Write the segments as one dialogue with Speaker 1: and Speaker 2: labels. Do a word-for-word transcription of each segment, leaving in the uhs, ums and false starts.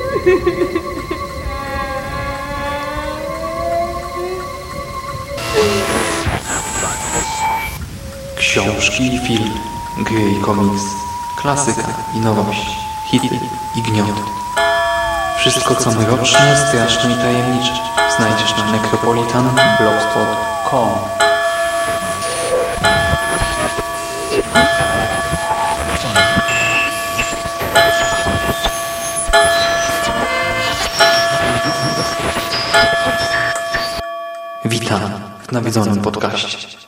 Speaker 1: Książki i film, gry i komiks, klasyka i nowość, hity i gniot. Wszystko co mroczne, straszne i tajemnicze znajdziesz na necropolitan blogspot kropka com. Witam w nawiedzonym podcaście.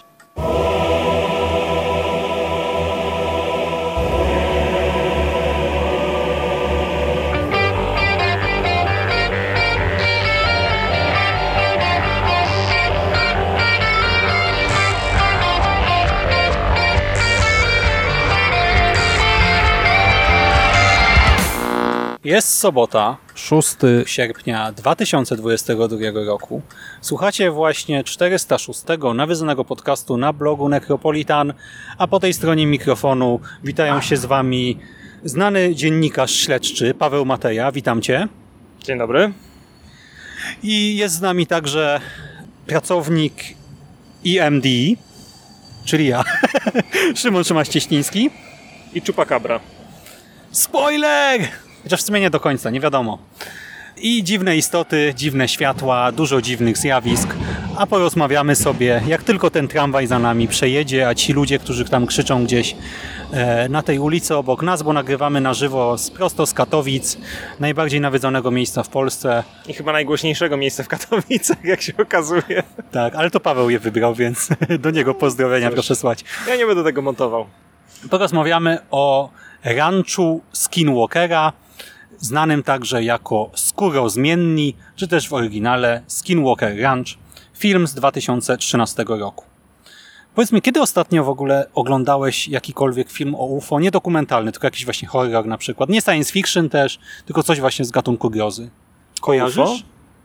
Speaker 2: Jest sobota, szóstego sierpnia dwa tysiące dwudziestego drugiego roku. Słuchacie właśnie czterysta szóstego nawiedzonego podcastu na blogu Necropolitan, a po tej stronie mikrofonu witają się z wami znany dziennikarz śledczy Paweł Mateja. Witam cię.
Speaker 3: Dzień dobry.
Speaker 2: I jest z nami także pracownik E M D, czyli ja, Szymon Szymaś-Cieśliński.
Speaker 3: I Chupacabra.
Speaker 2: Spoiler! Chociaż w sumie nie do końca, nie wiadomo. I dziwne istoty, dziwne światła, dużo dziwnych zjawisk, a porozmawiamy sobie, jak tylko ten tramwaj za nami przejedzie, a ci ludzie, którzy tam krzyczą gdzieś e, na tej ulicy obok nas, bo nagrywamy na żywo z, prosto z Katowic, najbardziej nawiedzonego miejsca w Polsce.
Speaker 3: I chyba najgłośniejszego miejsca w Katowicach, jak się okazuje.
Speaker 2: Tak, ale to Paweł je wybrał, więc do niego pozdrowienia Cóż, proszę słuchać.
Speaker 3: Ja nie będę tego montował.
Speaker 2: Porozmawiamy o ranczu Skinwalkera, znanym także jako Skórozmienni, czy też w oryginale Skinwalker Ranch, film z dwa tysiące trzynastego roku. Powiedz mi, kiedy ostatnio w ogóle oglądałeś jakikolwiek film o U F O, nie dokumentalny, tylko jakiś właśnie horror na przykład, nie science fiction też, tylko coś właśnie z gatunku grozy. Kojarzysz?
Speaker 3: U F O?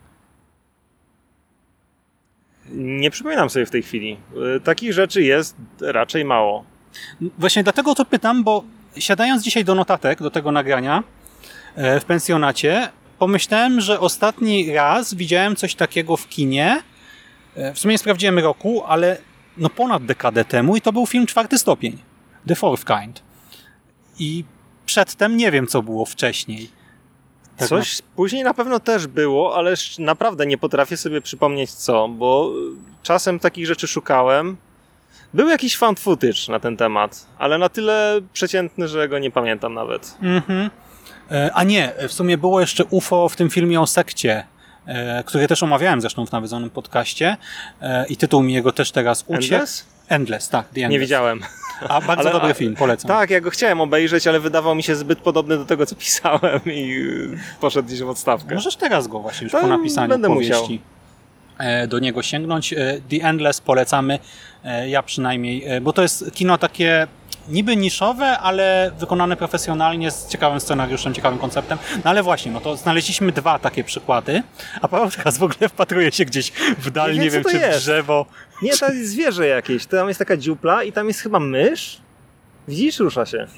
Speaker 3: Nie przypominam sobie w tej chwili. Takich rzeczy jest raczej mało.
Speaker 2: Właśnie dlatego to pytam, bo siadając dzisiaj do notatek, do tego nagrania w pensjonacie, pomyślałem, że ostatni raz widziałem coś takiego w kinie, w sumie nie sprawdziłem roku, ale no ponad dekadę temu i to był film Czwarty Stopień, The Fourth Kind. I przedtem nie wiem, co było wcześniej.
Speaker 3: Tak coś na... później na pewno też było, ale naprawdę nie potrafię sobie przypomnieć co, bo czasem takich rzeczy szukałem. Był jakiś found footage na ten temat, ale na tyle przeciętny, że go nie pamiętam nawet.
Speaker 2: Mhm. A nie, w sumie było jeszcze U F O w tym filmie o sekcie, który też omawiałem zresztą w nawiedzonym podcaście i tytuł mi jego też teraz uciekł.
Speaker 3: Endless?
Speaker 2: Endless, tak. The Endless.
Speaker 3: Nie widziałem.
Speaker 2: A bardzo ale, dobry film, polecam.
Speaker 3: Tak, ja go chciałem obejrzeć, ale wydawał mi się zbyt podobny do tego, co pisałem i poszedł gdzieś w odstawkę.
Speaker 2: Możesz teraz go właśnie już
Speaker 3: to
Speaker 2: po napisaniu
Speaker 3: będę
Speaker 2: powieści
Speaker 3: musiał.
Speaker 2: do niego sięgnąć. The Endless polecamy, ja przynajmniej, bo to jest kino takie niby niszowe, ale wykonane profesjonalnie z ciekawym scenariuszem, ciekawym konceptem. No ale właśnie, no to znaleźliśmy dwa takie przykłady, a Paweł teraz w ogóle wpatruje się gdzieś w dal, nie, nie wiem, czy w drzewo.
Speaker 3: Nie, to jest zwierzę jakieś. Tam jest taka dziupla i tam jest chyba mysz. Widzisz? Rusza się.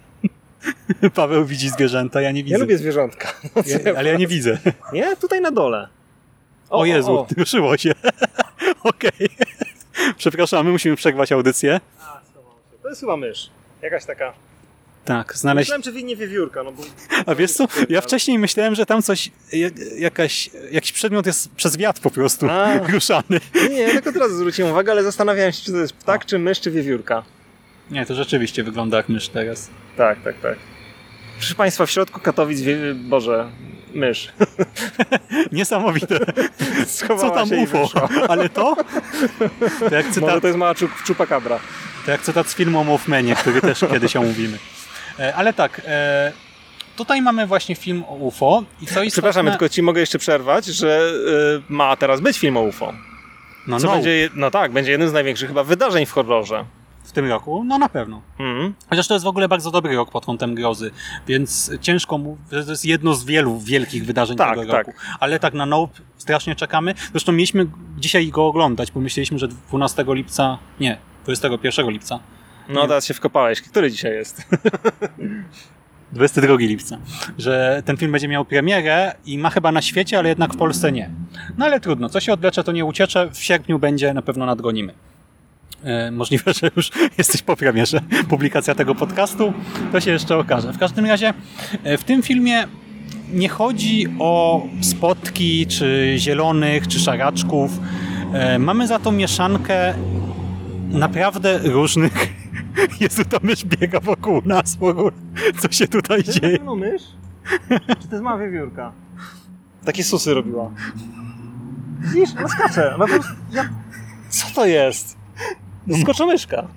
Speaker 2: Paweł widzi zwierzęta, ja nie widzę.
Speaker 3: Ja lubię zwierzątka. No,
Speaker 2: ja, ale ja nie widzę.
Speaker 3: Nie? Tutaj na dole.
Speaker 2: O, o Jezu, o, o. Ruszyło się. Okej. Okay. Przepraszamy, musimy przerwać audycję.
Speaker 3: To jest chyba mysz. Jakaś taka...
Speaker 2: Tak, znaleźć...
Speaker 3: Myślałem, czy nie wiewiórka. No bo...
Speaker 2: A wiesz co? Ja wcześniej myślałem, że tam coś, jakaś, jakiś przedmiot jest przez wiatr po prostu A. ruszany.
Speaker 3: Nie, ja tylko teraz zwróciłem uwagę, ale zastanawiałem się, czy to jest ptak, o. czy mysz, czy wiewiórka.
Speaker 2: Nie, to rzeczywiście wygląda jak mysz teraz.
Speaker 3: Tak, tak, tak. Proszę Państwa, w środku Katowic, wie... Boże, mysz.
Speaker 2: Niesamowite. Co tam U F O? Ale to? To jak cytat...
Speaker 3: Może to jest mała Chupacabra.
Speaker 2: To jak cytat z filmu o Mothmanie, który też kiedyś omówimy. Ale tak, tutaj mamy właśnie film o U F O. I co istotne...
Speaker 3: Przepraszam, tylko ci mogę jeszcze przerwać, że ma teraz być film o U F O.
Speaker 2: No,
Speaker 3: co
Speaker 2: no.
Speaker 3: Będzie, no tak, będzie jednym z największych chyba wydarzeń w horrorze.
Speaker 2: W tym roku? No na pewno.
Speaker 3: Mm.
Speaker 2: Chociaż to jest w ogóle bardzo dobry rok pod kątem grozy, więc ciężko mówić, że to jest jedno z wielu wielkich wydarzeń
Speaker 3: tak,
Speaker 2: tego
Speaker 3: tak.
Speaker 2: roku. Ale tak na Nope strasznie czekamy. Zresztą mieliśmy dzisiaj go oglądać, bo myśleliśmy, że dwunastego lipca, nie, dwudziestego pierwszego lipca.
Speaker 3: No nie. Teraz się wkopałeś. Który dzisiaj jest?
Speaker 2: dwudziestego drugiego lipca, że ten film będzie miał premierę i ma chyba na świecie, ale jednak w Polsce nie. No ale trudno, co się odwlecze, to nie uciecze. W sierpniu będzie, na pewno nadgonimy. E, możliwe, że już jesteś po premierze. Publikacja tego podcastu, to się jeszcze okaże. W każdym razie e, w tym filmie nie chodzi o spotki, czy zielonych, czy szaraczków. E, mamy za to mieszankę naprawdę różnych... Jezu, to mysz biega wokół nas w ogóle. Co się tutaj dzieje?
Speaker 3: No mysz? Czy to jest mała wiewiórka? Takie susy robiła. Widzisz? No skacze. No to... ja... Co to jest? Skoczomyszka.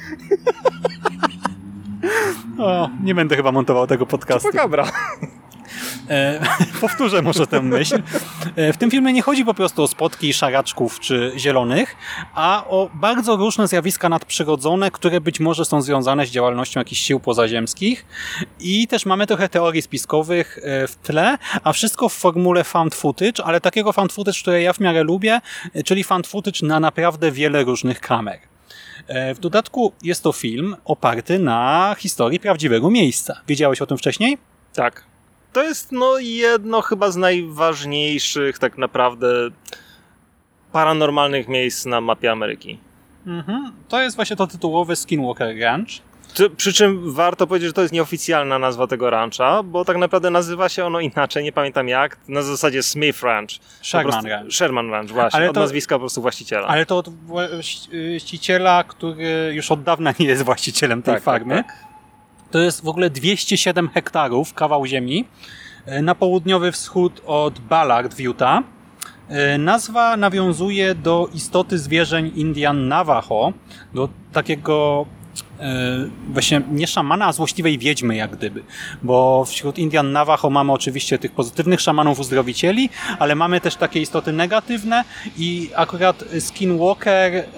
Speaker 2: O, nie będę chyba montował tego podcastu.
Speaker 3: Chupacabra.
Speaker 2: E, powtórzę może tę myśl. E, w tym filmie nie chodzi po prostu o spotki szaraczków czy zielonych, a o bardzo różne zjawiska nadprzyrodzone, które być może są związane z działalnością jakichś sił pozaziemskich. I też mamy trochę teorii spiskowych e, w tle, a wszystko w formule found footage, ale takiego found footage, które ja w miarę lubię, e, czyli found footage na naprawdę wiele różnych kamer. E, w dodatku jest to film oparty na historii prawdziwego miejsca. Wiedziałeś o tym wcześniej?
Speaker 3: Tak. To jest no jedno chyba z najważniejszych tak naprawdę paranormalnych miejsc na mapie Ameryki.
Speaker 2: Mhm. To jest właśnie to tytułowe Skinwalker Ranch.
Speaker 3: Przy, przy czym warto powiedzieć, że to jest nieoficjalna nazwa tego rancha, bo tak naprawdę nazywa się ono inaczej, nie pamiętam jak, na zasadzie Smith Ranch.
Speaker 2: Sherman
Speaker 3: prostu,
Speaker 2: Ranch.
Speaker 3: Sherman Ranch, właśnie,
Speaker 2: Ale
Speaker 3: od
Speaker 2: to,
Speaker 3: nazwiska po prostu właściciela.
Speaker 2: Ale to od właściciela, który już od dawna nie jest właścicielem tej
Speaker 3: tak,
Speaker 2: farmy.
Speaker 3: Tak, tak.
Speaker 2: To jest w ogóle dwieście siedem hektarów, kawał ziemi, na południowy wschód od Ballard w Utah. Nazwa nawiązuje do istoty zwierzeń Indian Navajo, do takiego właśnie nie szamana, a złośliwej wiedźmy jak gdyby, bo wśród Indian Navajo mamy oczywiście tych pozytywnych szamanów uzdrowicieli, ale mamy też takie istoty negatywne i akurat Skinwalker y,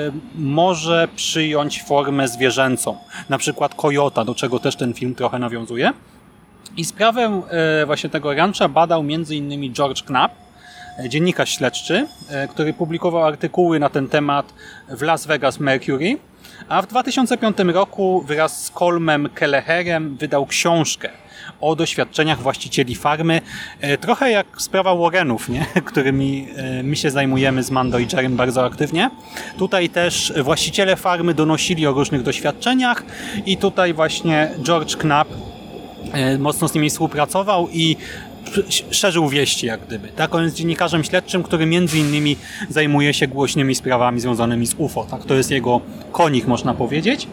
Speaker 2: może przyjąć formę zwierzęcą, na przykład kojota, do czego też ten film trochę nawiązuje. I sprawę y, właśnie tego rancha badał między innymi George Knapp, dziennikarz śledczy, y, który publikował artykuły na ten temat w Las Vegas Mercury. A w dwa tysiące piątym roku wraz z Colmem Kelleherem wydał książkę o doświadczeniach właścicieli farmy. Trochę jak sprawa Warrenów, nie? Którymi my się zajmujemy z Mando i Jerrym bardzo aktywnie. Tutaj też właściciele farmy donosili o różnych doświadczeniach i tutaj właśnie George Knapp mocno z nimi współpracował i szerzył wieści jak gdyby. Tak? On jest dziennikarzem śledczym, który między innymi zajmuje się głośnymi sprawami związanymi z U F O. Tak? To jest jego konik, można powiedzieć.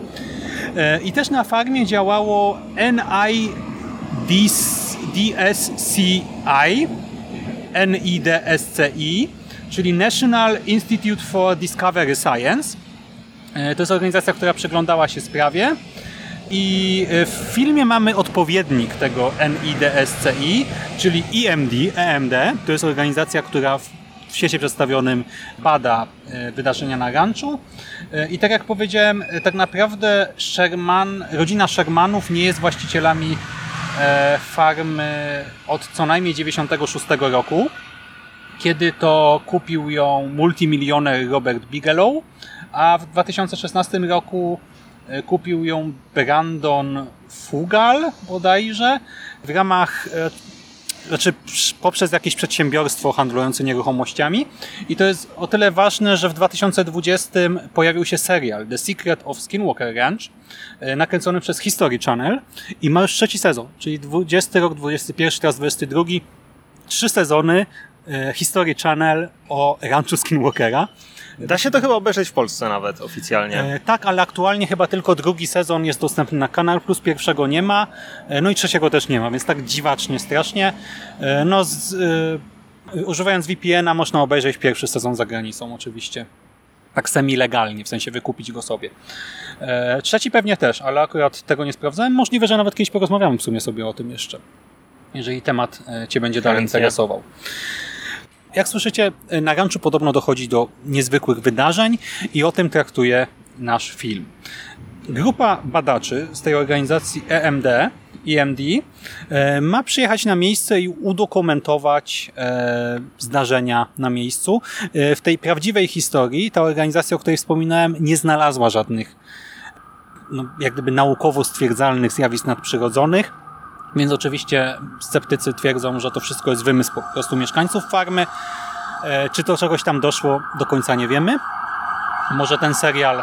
Speaker 2: I też na farmie działało N I D S C I, N I D S C I, czyli National Institute for Discovery Science. To jest organizacja, która przyglądała się sprawie. I w filmie mamy odpowiednik tego N I D S C I, czyli E M D, E M D. To jest organizacja, która w świecie przedstawionym bada wydarzenia na ranchu. I tak jak powiedziałem, tak naprawdę Sherman, rodzina Shermanów nie jest właścicielami farmy od co najmniej dziewięćdziesiątego szóstego roku, kiedy to kupił ją multimilioner Robert Bigelow, a w dwa tysiące szesnastym roku kupił ją Brandon Fugal bodajże w ramach, znaczy poprzez jakieś przedsiębiorstwo handlujące nieruchomościami. I to jest o tyle ważne, że w dwa tysiące dwudziestym pojawił się serial The Secret of Skinwalker Ranch, nakręcony przez History Channel i ma już trzeci sezon, czyli dwudziesty rok, dwudziesty pierwszy, teraz dwudziesty drugi. Trzy sezony History Channel o ranchu Skinwalkera.
Speaker 3: Da się to chyba obejrzeć w Polsce nawet oficjalnie.
Speaker 2: E, tak, ale aktualnie chyba tylko drugi sezon jest dostępny na Kanal Plus, pierwszego nie ma, e, no i trzeciego też nie ma, więc tak dziwacznie, strasznie. E, no, z, e, używając V P N a można obejrzeć pierwszy sezon za granicą oczywiście. Tak semi-legalnie, w sensie wykupić go sobie. E, trzeci pewnie też, ale akurat tego nie sprawdzałem. Możliwe, że nawet kiedyś porozmawiamy w sumie sobie o tym jeszcze, jeżeli temat e, Cię będzie dalej interesował. Jak słyszycie, na ranchu podobno dochodzi do niezwykłych wydarzeń i o tym traktuje nasz film. Grupa badaczy z tej organizacji E M D, E M D ma przyjechać na miejsce i udokumentować zdarzenia na miejscu. W tej prawdziwej historii ta organizacja, o której wspominałem, nie znalazła żadnych no, jak gdyby naukowo stwierdzalnych zjawisk nadprzyrodzonych. Więc oczywiście sceptycy twierdzą, że to wszystko jest wymysł po prostu mieszkańców farmy. E, czy to czegoś tam doszło, do końca nie wiemy. Może ten serial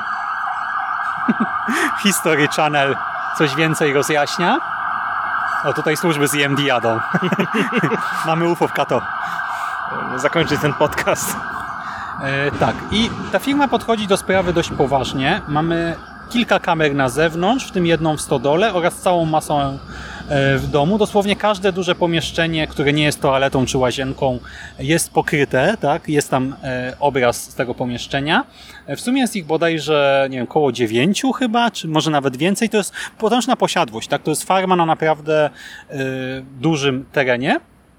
Speaker 2: History Channel coś więcej rozjaśnia. O, tutaj służby z E M D jadą. Mamy U F O w Kato.
Speaker 3: Zakończyć ten podcast.
Speaker 2: E, tak, i ta firma podchodzi do sprawy dość poważnie. Mamy kilka kamer na zewnątrz, w tym jedną w stodole oraz całą masę w domu. Dosłownie każde duże pomieszczenie, które nie jest toaletą czy łazienką, jest pokryte, tak? Jest tam e, obraz z tego pomieszczenia. W sumie jest ich bodajże, nie wiem, koło dziewięciu chyba, czy może nawet więcej. To jest potężna posiadłość, tak? To jest farma na naprawdę e, dużym terenie.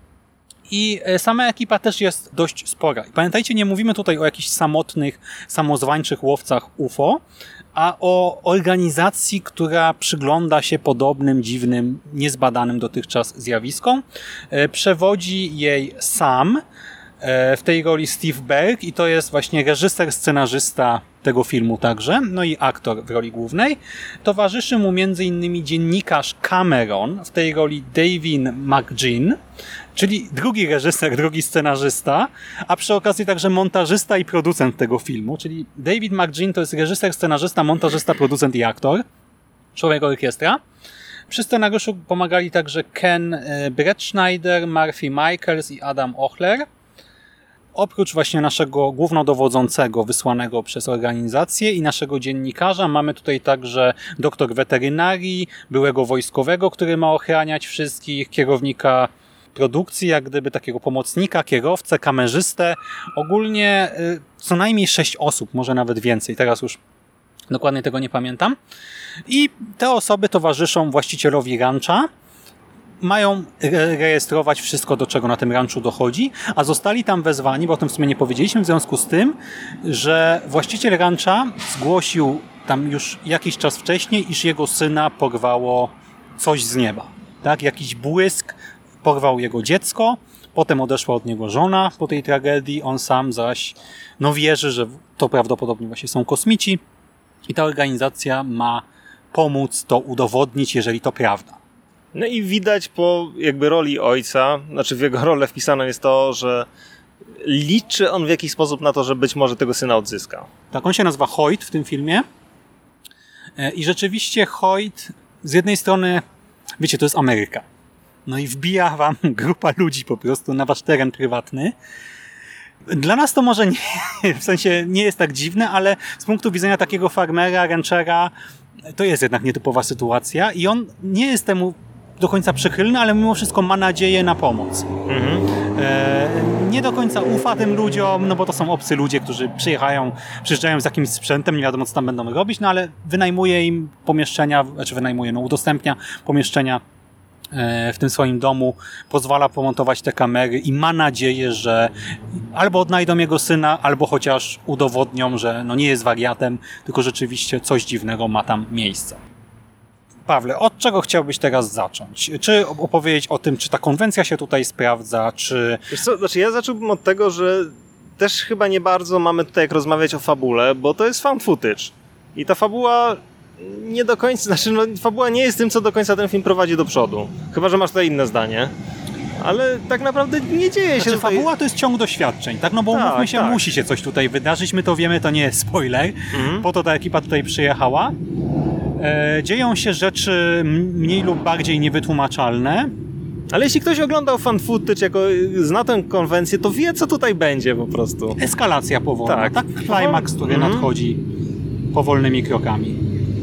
Speaker 2: I sama ekipa też jest dość spora. I pamiętajcie, nie mówimy tutaj o jakichś samotnych, samozwańczych łowcach U F O, a o organizacji, która przygląda się podobnym, dziwnym, niezbadanym dotychczas zjawiskom. Przewodzi jej Sam, w tej roli Steve Berg, i to jest właśnie reżyser, scenarzysta tego filmu także, no i aktor w roli głównej. Towarzyszy mu między innymi dziennikarz Cameron, w tej roli David McGinn, czyli drugi reżyser, drugi scenarzysta, a przy okazji także montażysta i producent tego filmu, czyli David McGinn to jest reżyser, scenarzysta, montażysta, producent i aktor, człowiek orkiestra. Przy scenariuszu pomagali także Ken Brettschneider, Murphy Michaels i Adam Ochler. Oprócz właśnie naszego głównodowodzącego wysłanego przez organizację i naszego dziennikarza mamy tutaj także doktor weterynarii, byłego wojskowego, który ma ochraniać wszystkich, kierownika produkcji, jak gdyby takiego pomocnika, kierowcę, kamerzystę. Ogólnie y, co najmniej sześć osób, może nawet więcej. Teraz już dokładnie tego nie pamiętam. I te osoby towarzyszą właścicielowi rancha. Mają re- rejestrować wszystko, do czego na tym ranczu dochodzi, a zostali tam wezwani, bo o tym w sumie nie powiedzieliśmy, w związku z tym, że właściciel rancha zgłosił tam już jakiś czas wcześniej, iż jego syna porwało coś z nieba. Tak? Jakiś błysk porwał jego dziecko, potem odeszła od niego żona po tej tragedii, on sam zaś no wierzy, że to prawdopodobnie właśnie są kosmici i ta organizacja ma pomóc to udowodnić, jeżeli to prawda.
Speaker 3: No i widać po jakby roli ojca, znaczy w jego rolę wpisane jest to, że liczy on w jakiś sposób na to, że być może tego syna odzyska.
Speaker 2: Tak, on się nazywa Hoyt w tym filmie i rzeczywiście Hoyt z jednej strony, wiecie, to jest Ameryka. No i wbija wam grupa ludzi po prostu na wasz teren prywatny. Dla nas to może nie, w sensie nie jest tak dziwne, ale z punktu widzenia takiego farmera, ranchera, to jest jednak nietypowa sytuacja i on nie jest temu do końca przychylny, ale mimo wszystko ma nadzieję na pomoc. Mhm. E, nie do końca ufa tym ludziom, no bo to są obcy ludzie, którzy przyjechają, przyjeżdżają z jakimś sprzętem, nie wiadomo co tam będą robić, no ale wynajmuje im pomieszczenia, znaczy wynajmuje, no udostępnia pomieszczenia w tym swoim domu, pozwala pomontować te kamery i ma nadzieję, że albo odnajdą jego syna, albo chociaż udowodnią, że no nie jest wariatem, tylko rzeczywiście coś dziwnego ma tam miejsce. Pawle, od czego chciałbyś teraz zacząć? Czy opowiedzieć o tym, czy ta konwencja się tutaj sprawdza, czy...
Speaker 3: Wiesz co, znaczy ja zacząłbym od tego, że też chyba nie bardzo mamy tutaj jak rozmawiać o fabule, bo to jest found footage. I ta fabuła nie do końca, znaczy no, fabuła nie jest tym, co do końca ten film prowadzi do przodu. Chyba że masz tutaj inne zdanie. Ale tak naprawdę nie dzieje się
Speaker 2: znaczy,
Speaker 3: tutaj...
Speaker 2: fabuła to jest ciąg doświadczeń, tak? No bo
Speaker 3: tak,
Speaker 2: umówmy się,
Speaker 3: tak.
Speaker 2: musi się coś tutaj wydarzyć, my to wiemy, to nie jest spoiler. Mhm. Po to ta ekipa tutaj przyjechała. E, dzieją się rzeczy mniej lub bardziej niewytłumaczalne.
Speaker 3: Ale jeśli ktoś oglądał fan footage, jako zna tę konwencję, to wie, co tutaj będzie po prostu.
Speaker 2: Eskalacja powolna, tak? tak? Climax, który
Speaker 3: mhm.
Speaker 2: nadchodzi powolnymi krokami.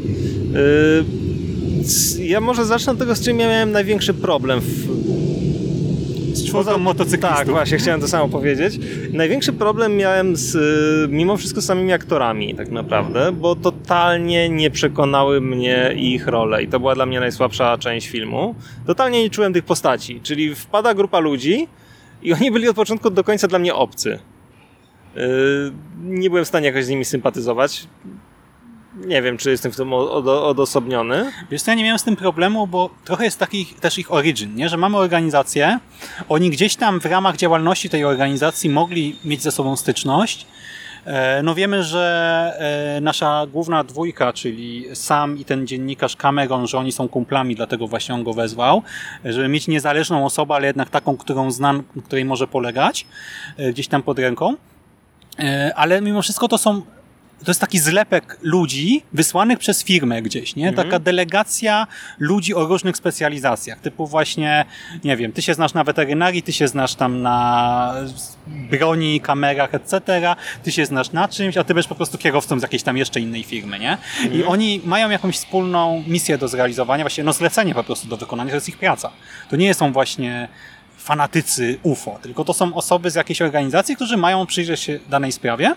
Speaker 3: Yy, ja może zacznę od tego, z czym ja miałem największy problem w...
Speaker 2: Z czwórką motocyklistów.
Speaker 3: Tak, właśnie, chciałem to samo powiedzieć. Największy problem miałem z, mimo wszystko z samymi aktorami tak naprawdę, bo totalnie nie przekonały mnie ich role i to była dla mnie najsłabsza część filmu. Totalnie nie czułem tych postaci, czyli wpada grupa ludzi i oni byli od początku do końca dla mnie obcy. Yy, nie byłem w stanie jakoś z nimi sympatyzować. Nie wiem, czy jestem w tym odosobniony.
Speaker 2: Wiesz co, ja nie miałem z tym problemu, bo trochę jest taki też ich origin, nie? Że mamy organizację, oni gdzieś tam w ramach działalności tej organizacji mogli mieć ze sobą styczność, E, no wiemy, że e, nasza główna dwójka, czyli Sam i ten dziennikarz Cameron, że oni są kumplami, dlatego właśnie on go wezwał, żeby mieć niezależną osobę, ale jednak taką, którą zna, na której może polegać, e, gdzieś tam pod ręką. E, ale mimo wszystko to są to jest taki zlepek ludzi wysłanych przez firmę gdzieś, nie?
Speaker 3: Mhm.
Speaker 2: Taka delegacja ludzi o różnych specjalizacjach, typu właśnie, nie wiem, ty się znasz na weterynarii, ty się znasz tam na broni, kamerach, et cetera, ty się znasz na czymś, a ty będziesz po prostu kierowcą z jakiejś tam jeszcze innej firmy, nie?
Speaker 3: Mhm.
Speaker 2: I oni mają jakąś wspólną misję do zrealizowania, właśnie no zlecenie po prostu do wykonania, to jest ich praca. To nie są właśnie fanatycy U F O, tylko to są osoby z jakiejś organizacji, którzy mają przyjrzeć się danej sprawie.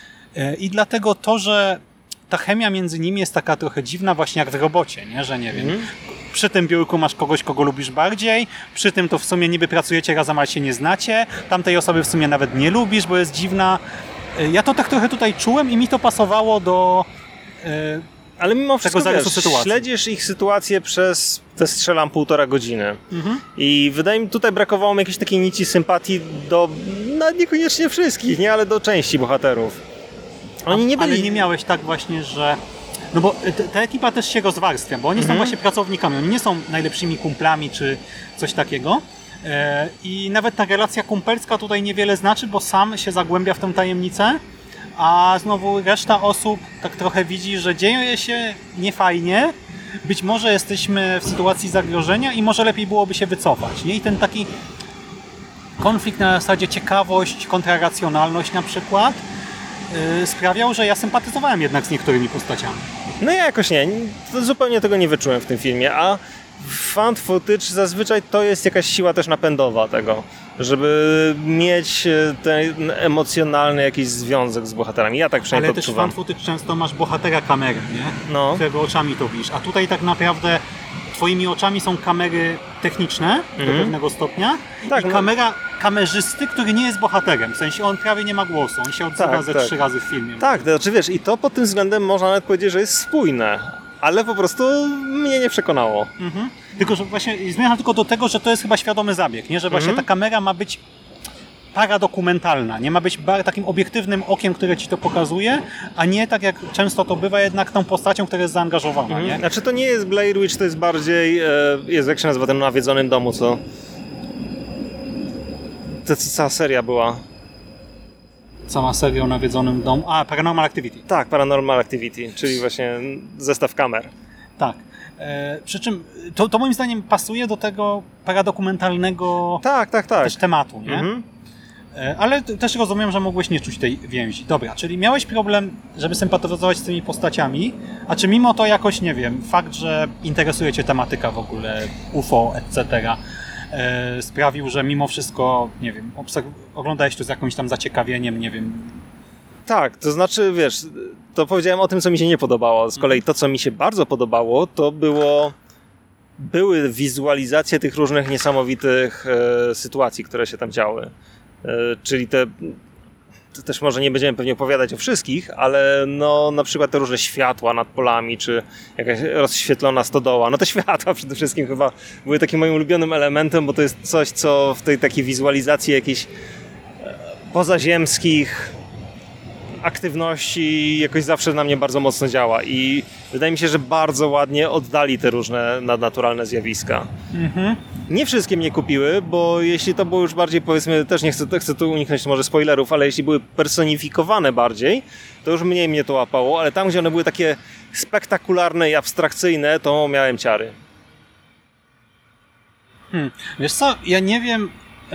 Speaker 2: I dlatego to, że ta chemia między nimi jest taka trochę dziwna właśnie jak w robocie, nie? Że nie wiem, mm. przy tym biurku masz kogoś, kogo lubisz bardziej, przy tym to w sumie niby pracujecie razem, ale się nie znacie, tamtej osoby w sumie nawet nie lubisz, bo jest dziwna. Ja to tak trochę tutaj czułem i mi to pasowało do yy,
Speaker 3: ale mimo wszystko
Speaker 2: tego
Speaker 3: wiesz,
Speaker 2: sytuacji.
Speaker 3: Śledzisz ich sytuację przez te strzelam półtora godziny. Mhm. I wydaje mi się, tutaj brakowało mi jakiejś takiej nici sympatii do, no niekoniecznie wszystkich, nie, ale do części bohaterów. Oni nie byli...
Speaker 2: Ale nie miałeś tak właśnie, że... No bo ta ekipa też się rozwarstwia, bo oni mhm. są właśnie pracownikami, oni nie są najlepszymi kumplami czy coś takiego. I nawet ta relacja kumpelska tutaj niewiele znaczy, bo Sam się zagłębia w tę tajemnicę, a znowu reszta osób tak trochę widzi, że dzieje się niefajnie, być może jesteśmy w sytuacji zagrożenia i może lepiej byłoby się wycofać. Nie? I ten taki konflikt na zasadzie ciekawość kontra racjonalność na przykład sprawiał, że ja sympatyzowałem jednak z niektórymi postaciami.
Speaker 3: No ja jakoś nie, to zupełnie tego nie wyczułem w tym filmie, a found footage zazwyczaj to jest jakaś siła też napędowa tego, żeby mieć ten emocjonalny jakiś związek z bohaterami. Ja tak przynajmniej
Speaker 2: Ale
Speaker 3: to
Speaker 2: też
Speaker 3: odczuwam.
Speaker 2: found footage często masz bohatera kamery, nie?
Speaker 3: No.
Speaker 2: Którego oczami to widzisz. A tutaj tak naprawdę twoimi oczami są kamery techniczne do
Speaker 3: Mhm.
Speaker 2: pewnego stopnia
Speaker 3: Tak,
Speaker 2: i
Speaker 3: no.
Speaker 2: kamera kamerzysty, który nie jest bohaterem. W sensie on prawie nie ma głosu. On się odzywa
Speaker 3: Tak,
Speaker 2: ze
Speaker 3: tak.
Speaker 2: trzy razy w filmie.
Speaker 3: Tak, to znaczy wiesz, i to pod tym względem można nawet powiedzieć, że jest spójne, ale po prostu mnie nie przekonało.
Speaker 2: Mhm. Tylko, że właśnie zmierzam tylko do tego, że to jest chyba świadomy zabieg, nie? Że właśnie
Speaker 3: Mhm.
Speaker 2: ta kamera ma być paradokumentalna, nie ma być takim obiektywnym okiem, które ci to pokazuje, a nie tak jak często to bywa jednak tą postacią, która jest zaangażowana,
Speaker 3: Mhm.
Speaker 2: nie?
Speaker 3: Znaczy to nie jest Blair Witch, to jest bardziej, e, jest jak się nazywa ten nawiedzonym domu, co... To cała seria była.
Speaker 2: Cała seria o nawiedzonym domu. A, Paranormal Activity.
Speaker 3: Tak, Paranormal Activity, czyli właśnie zestaw kamer.
Speaker 2: Tak. E, przy czym to, to moim zdaniem pasuje do tego paradokumentalnego
Speaker 3: Tak, tak, tak.
Speaker 2: też tematu, nie?
Speaker 3: Mhm.
Speaker 2: E, ale t- też rozumiem, że mogłeś nie czuć tej więzi. Dobra, czyli miałeś problem, żeby sympatyzować z tymi postaciami, a czy mimo to jakoś, nie wiem, fakt, że interesuje cię tematyka w ogóle U F O, et cetera, e, sprawił, że mimo wszystko, nie wiem, obserw- oglądałeś to z jakimś tam zaciekawieniem, nie wiem.
Speaker 3: Tak, to znaczy, wiesz, to powiedziałem o tym, co mi się nie podobało. Z kolei to, co mi się bardzo podobało, to było... były wizualizacje tych różnych niesamowitych e, sytuacji, które się tam działy. E, czyli te... To też może nie będziemy pewnie opowiadać o wszystkich, ale no na przykład te różne światła nad polami, czy jakaś rozświetlona stodoła. No te światła przede wszystkim chyba były takim moim ulubionym elementem, bo to jest coś, co w tej takiej wizualizacji jakichś e, pozaziemskich aktywności jakoś zawsze na mnie bardzo mocno działa i wydaje mi się, że bardzo ładnie oddali te różne nadnaturalne zjawiska. Mhm. Nie wszystkie mnie kupiły, bo jeśli to było już bardziej, powiedzmy, też nie chcę, chcę tu uniknąć może spoilerów, ale jeśli były personifikowane bardziej, to już mniej mnie to łapało, ale tam, gdzie one były takie spektakularne i abstrakcyjne, to miałem ciary.
Speaker 2: Hmm. Wiesz co, ja nie wiem... Yy...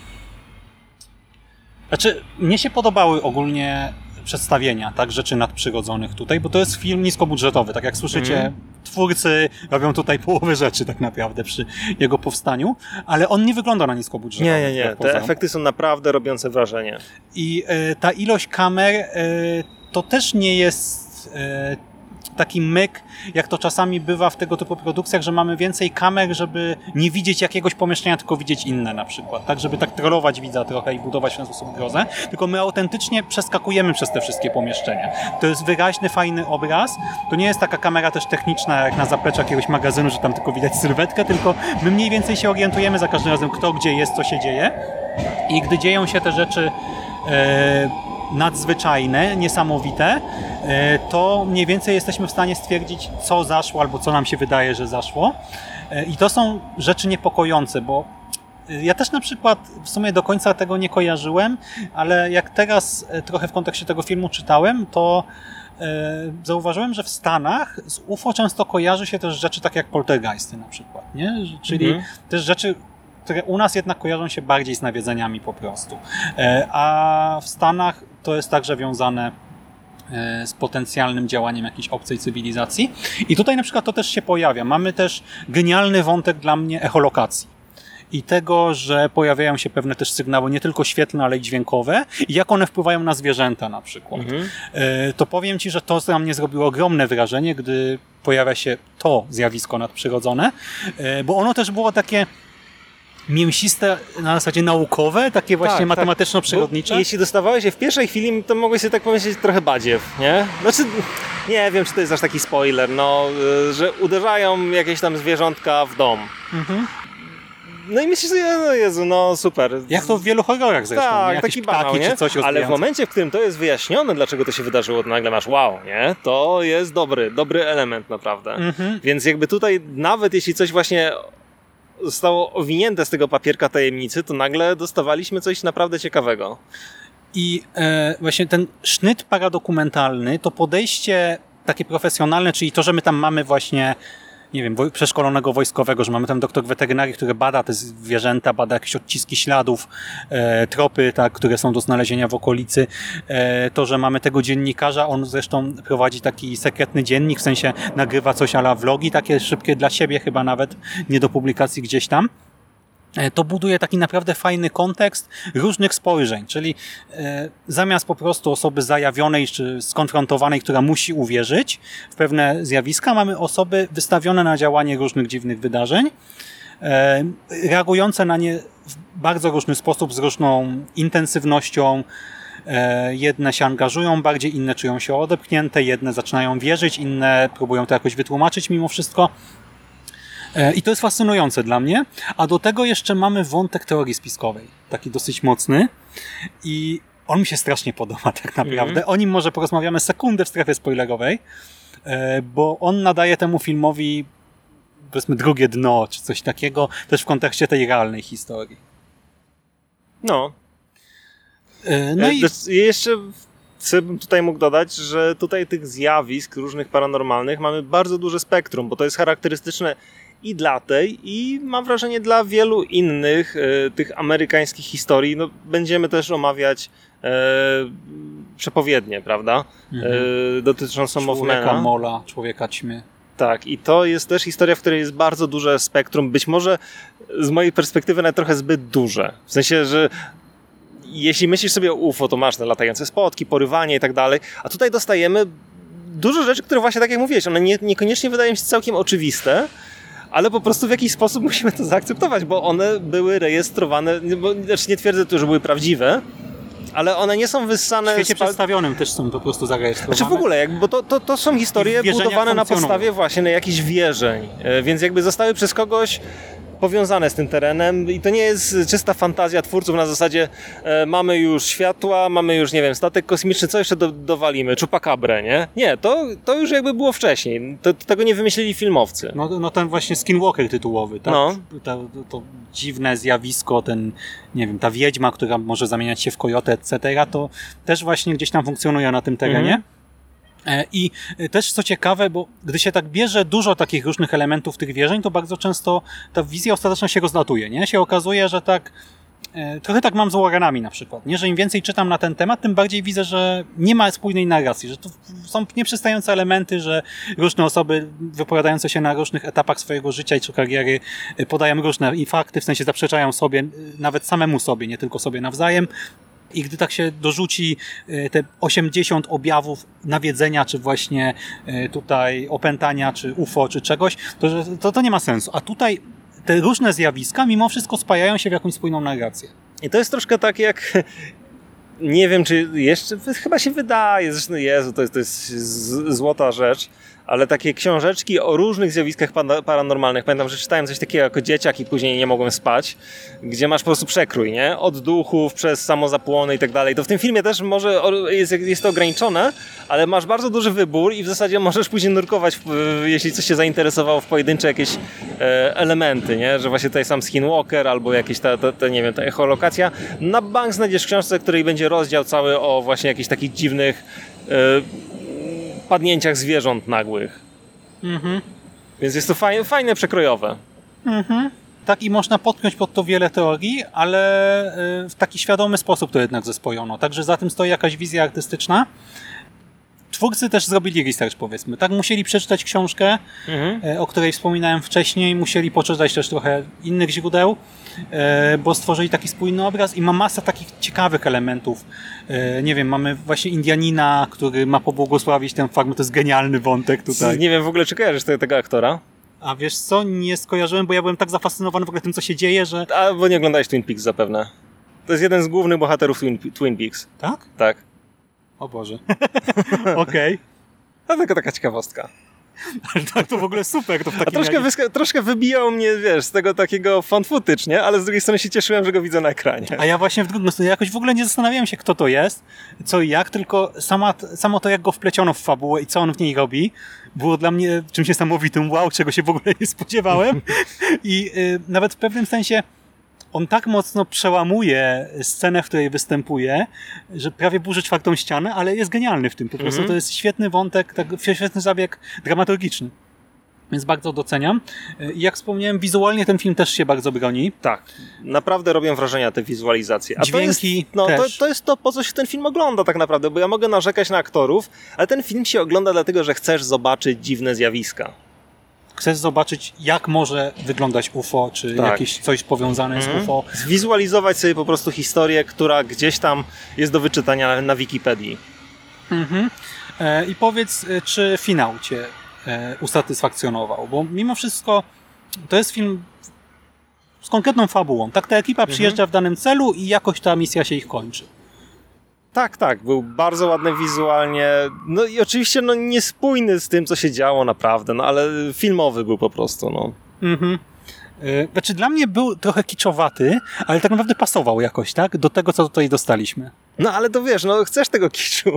Speaker 2: Znaczy, mnie się podobały ogólnie przedstawienia, tak, rzeczy nadprzyrodzonych tutaj, bo to jest film niskobudżetowy, tak jak słyszycie, mm. twórcy robią tutaj połowę rzeczy tak naprawdę przy jego powstaniu, ale on nie wygląda na niskobudżetowy.
Speaker 3: Nie, nie, nie, te efekty są naprawdę robiące wrażenie.
Speaker 2: I y, ta ilość kamer y, to też nie jest y, taki myk, jak to czasami bywa w tego typu produkcjach, że mamy więcej kamer, żeby nie widzieć jakiegoś pomieszczenia, tylko widzieć inne na przykład, tak, żeby tak trollować widza trochę i budować w ten sposób grozę, tylko my autentycznie przeskakujemy przez te wszystkie pomieszczenia. To jest wyraźny, fajny obraz, to nie jest taka kamera też techniczna jak na zapleczu jakiegoś magazynu, że tam tylko widać sylwetkę, tylko my mniej więcej się orientujemy za każdym razem, kto gdzie jest, co się dzieje i gdy dzieją się te rzeczy e, nadzwyczajne, niesamowite, e, to mniej więcej jesteśmy w stanie stwierdzić, co zaszło albo co nam się wydaje, że zaszło. E, I to są rzeczy niepokojące, bo ja też na przykład w sumie do końca tego nie kojarzyłem, ale jak teraz trochę w kontekście tego filmu czytałem, to e, zauważyłem, że w Stanach z U F O często kojarzy się też rzeczy takie jak poltergeisty na przykład, nie? Czyli
Speaker 3: Mhm.
Speaker 2: też rzeczy, które u nas jednak kojarzą się bardziej z nawiedzeniami po prostu. E, a w Stanach to jest także wiązane e, z potencjalnym działaniem jakiejś obcej cywilizacji. I tutaj na przykład to też się pojawia. Mamy też genialny wątek dla mnie echolokacji. I tego, że pojawiają się pewne też sygnały, nie tylko świetlne, ale i dźwiękowe i jak one wpływają na zwierzęta na przykład.
Speaker 3: Mhm.
Speaker 2: E, To powiem Ci, że to na mnie zrobiło ogromne wrażenie, gdy pojawia się to zjawisko nadprzyrodzone, e, bo ono też było takie mięsiste, na zasadzie naukowe, takie właśnie
Speaker 3: Tak,
Speaker 2: matematyczno-przyrodnicze.
Speaker 3: Bo jeśli dostawałeś je w pierwszej chwili, to mogłeś sobie tak pomyśleć trochę badziew, nie? Znaczy, nie wiem, czy to jest aż taki spoiler, no, y, że uderzają jakieś tam zwierzątka w dom.
Speaker 2: Mhm.
Speaker 3: No i myślisz sobie, no Jezu, no super.
Speaker 2: Jak to w wielu horrorach zresztą, nie?
Speaker 3: Tak,
Speaker 2: Jakieś
Speaker 3: taki
Speaker 2: ptaki
Speaker 3: banał, nie?
Speaker 2: czy coś
Speaker 3: Ale w
Speaker 2: rozwijające.
Speaker 3: momencie, w którym to jest wyjaśnione, dlaczego to się wydarzyło, to nagle masz wow, nie? To jest dobry, dobry element naprawdę.
Speaker 2: Mhm.
Speaker 3: Więc jakby tutaj, nawet jeśli coś właśnie zostało owinięte z tego papierka tajemnicy, to nagle dostawaliśmy coś naprawdę ciekawego.
Speaker 2: I e, właśnie ten sznyt paradokumentalny, to podejście takie profesjonalne, czyli to, że my tam mamy właśnie, nie wiem, woj- przeszkolonego wojskowego, że mamy tam doktor weterynarii, który bada te zwierzęta, bada jakieś odciski śladów, e, tropy, tak, które są do znalezienia w okolicy. E, to, że mamy tego dziennikarza, on zresztą prowadzi taki sekretny dziennik, w sensie nagrywa coś a la vlogi, takie szybkie dla siebie chyba nawet, nie do publikacji gdzieś tam. To buduje taki naprawdę fajny kontekst różnych spojrzeń, czyli e, zamiast po prostu osoby zajawionej czy skonfrontowanej, która musi uwierzyć w pewne zjawiska, mamy osoby wystawione na działanie różnych dziwnych wydarzeń, e, reagujące na nie w bardzo różny sposób, z różną intensywnością. E, jedne się angażują bardziej, inne czują się odepchnięte, jedne zaczynają wierzyć, inne próbują to jakoś wytłumaczyć mimo wszystko. I to jest fascynujące dla mnie. A do tego jeszcze mamy wątek teorii spiskowej. Taki dosyć mocny. I on mi się strasznie podoba tak naprawdę. Mm. O nim może porozmawiamy sekundę w strefie spoilerowej, bo on nadaje temu filmowi powiedzmy drugie dno, czy coś takiego, też w kontekście tej realnej historii.
Speaker 3: No.
Speaker 2: No i
Speaker 3: jeszcze co bym tutaj mógł dodać, że tutaj tych zjawisk różnych paranormalnych mamy bardzo duże spektrum, bo to jest charakterystyczne i dla tej, i mam wrażenie dla wielu innych e, tych amerykańskich historii. No, będziemy też omawiać e, przepowiednie, prawda?
Speaker 2: mhm.
Speaker 3: E, dotyczącą
Speaker 2: człowieka
Speaker 3: Mothmana.
Speaker 2: mola, człowieka ćmy.
Speaker 3: Tak, i to jest też historia, w której jest bardzo duże spektrum, być może z mojej perspektywy nawet trochę zbyt duże. W sensie, że jeśli myślisz sobie o U F O, to masz te latające spotki, porywanie i tak dalej, a tutaj dostajemy dużo rzeczy, które właśnie tak jak mówiłeś, one nie, niekoniecznie wydają się całkiem oczywiste, ale po prostu w jakiś sposób musimy to zaakceptować, bo one były rejestrowane, bo, znaczy nie twierdzę tu, że były prawdziwe, ale one nie są wyssane...
Speaker 2: W świecie
Speaker 3: z pal-
Speaker 2: przedstawionym też są po prostu zarejestrowane.
Speaker 3: Znaczy w ogóle, jakby, bo to, to, to są historie budowane na podstawie właśnie na jakichś wierzeń, e, więc jakby zostały przez kogoś powiązane z tym terenem i to nie jest czysta fantazja twórców na zasadzie e, mamy już światła, mamy już, nie wiem, statek kosmiczny, co jeszcze do, dowalimy, Chupacabra, nie? Nie, to, to już jakby było wcześniej, to, tego nie wymyślili filmowcy.
Speaker 2: No, no ten właśnie Skinwalker tytułowy, tak?
Speaker 3: No.
Speaker 2: To, to, to dziwne zjawisko, ten, nie wiem, ta wiedźma, która może zamieniać się w kojotę, et cetera, to też właśnie gdzieś tam funkcjonuje na tym terenie.
Speaker 3: Mhm.
Speaker 2: I też co ciekawe, bo gdy się tak bierze dużo takich różnych elementów tych wierzeń, to bardzo często ta wizja ostateczna się rozlatuje, nie? Się okazuje, że tak trochę tak mam z Warrenami na przykład, nie? Że im więcej czytam na ten temat, tym bardziej widzę, że nie ma spójnej narracji, że to są nieprzystające elementy, że różne osoby wypowiadające się na różnych etapach swojego życia i czy kariery podają różne fakty, w sensie zaprzeczają sobie, nawet samemu sobie, nie tylko sobie nawzajem. I gdy tak się dorzuci te osiemdziesiąt objawów nawiedzenia, czy właśnie tutaj opętania, czy U F O, czy czegoś, to, to, to nie ma sensu. A tutaj te różne zjawiska mimo wszystko spajają się w jakąś spójną narrację.
Speaker 3: I to jest troszkę tak jak... Nie wiem, czy jeszcze... Chyba się wydaje, zresztą Jezu, to jest, to jest z- złota rzecz, ale takie książeczki o różnych zjawiskach pana- paranormalnych. Pamiętam, że czytałem coś takiego jako dzieciak i później nie mogłem spać, gdzie masz po prostu przekrój, nie? Od duchów, przez samozapłony i tak dalej. To w tym filmie też może jest, jest to ograniczone, ale masz bardzo duży wybór i w zasadzie możesz później nurkować, w, jeśli coś cię zainteresowało, w pojedyncze jakieś e, elementy, nie? Że właśnie tutaj sam Skinwalker albo jakieś ta, ta, ta, nie wiem, ta echolokacja. Na bank znajdziesz w książce, w której będzie rozdział cały o właśnie jakichś takich dziwnych e, padnięciach zwierząt nagłych. Mhm. Więc jest to fajne, fajne przekrojowe.
Speaker 2: Mhm. Tak, i można podpiąć pod to wiele teorii, ale w taki świadomy sposób to jednak zespojono. Także za tym stoi jakaś wizja artystyczna. Twórcy też zrobili research, powiedzmy. Tak, musieli przeczytać książkę, mhm. o której wspominałem wcześniej, musieli poczytać też trochę innych źródeł, bo stworzyli taki spójny obraz i ma masę takich ciekawych elementów. Nie wiem, mamy właśnie Indianina, który ma pobłogosławić ten fragment, to jest genialny wątek tutaj.
Speaker 3: Nie wiem w ogóle, czy kojarzysz tego aktora?
Speaker 2: A wiesz co, nie skojarzyłem, bo ja byłem tak zafascynowany w ogóle tym, co się dzieje, że...
Speaker 3: A, bo nie oglądałeś Twin Peaks zapewne. To jest jeden z głównych bohaterów Twin, Twin Peaks.
Speaker 2: Tak?
Speaker 3: Tak.
Speaker 2: O Boże. Okej.
Speaker 3: To tylko taka ciekawostka.
Speaker 2: Tak, to w ogóle super. To w
Speaker 3: A
Speaker 2: takim
Speaker 3: troszkę,
Speaker 2: razie...
Speaker 3: wyska- troszkę wybijał mnie, wiesz, z tego takiego fan footage, nie? Ale z drugiej strony się cieszyłem, że go widzę na ekranie.
Speaker 2: A ja właśnie w drugą stronę jakoś w ogóle nie zastanawiałem się, kto to jest, co i jak, tylko sama, samo to, jak go wpleciono w fabułę i co on w niej robi, było dla mnie czymś niesamowitym, wow, czego się w ogóle nie spodziewałem. I y, nawet w pewnym sensie on tak mocno przełamuje scenę, w której występuje, że prawie burzy czwartą ścianę, ale jest genialny w tym. Po prostu mm-hmm. to jest świetny wątek, tak, świetny zabieg dramaturgiczny. Więc bardzo doceniam. I jak wspomniałem, wizualnie ten film też się bardzo broni.
Speaker 3: Tak, naprawdę robią wrażenia te wizualizacje. A
Speaker 2: dźwięki
Speaker 3: to jest, no,
Speaker 2: też.
Speaker 3: To, to jest to, po co się ten film ogląda tak naprawdę, bo ja mogę narzekać na aktorów, ale ten film się ogląda dlatego, że chcesz zobaczyć dziwne zjawiska.
Speaker 2: Chcesz zobaczyć, jak może wyglądać U F O, czy tak. jakieś coś powiązane mm. z U F O.
Speaker 3: Zwizualizować sobie po prostu historię, która gdzieś tam jest do wyczytania na Wikipedii.
Speaker 2: Mm-hmm. E, I powiedz, czy finał cię e, usatysfakcjonował? Bo mimo wszystko to jest film z konkretną fabułą. Tak, ta ekipa przyjeżdża mm-hmm. w danym celu i jakoś ta misja się ich kończy.
Speaker 3: Tak, tak. Był bardzo ładny wizualnie. No i oczywiście no, niespójny z tym, co się działo naprawdę, no ale filmowy był po prostu, no.
Speaker 2: Mhm. Yy, znaczy dla mnie był trochę kiczowaty, ale tak naprawdę pasował jakoś, tak? Do tego, co tutaj dostaliśmy.
Speaker 3: No ale to wiesz, no chcesz tego kiczu.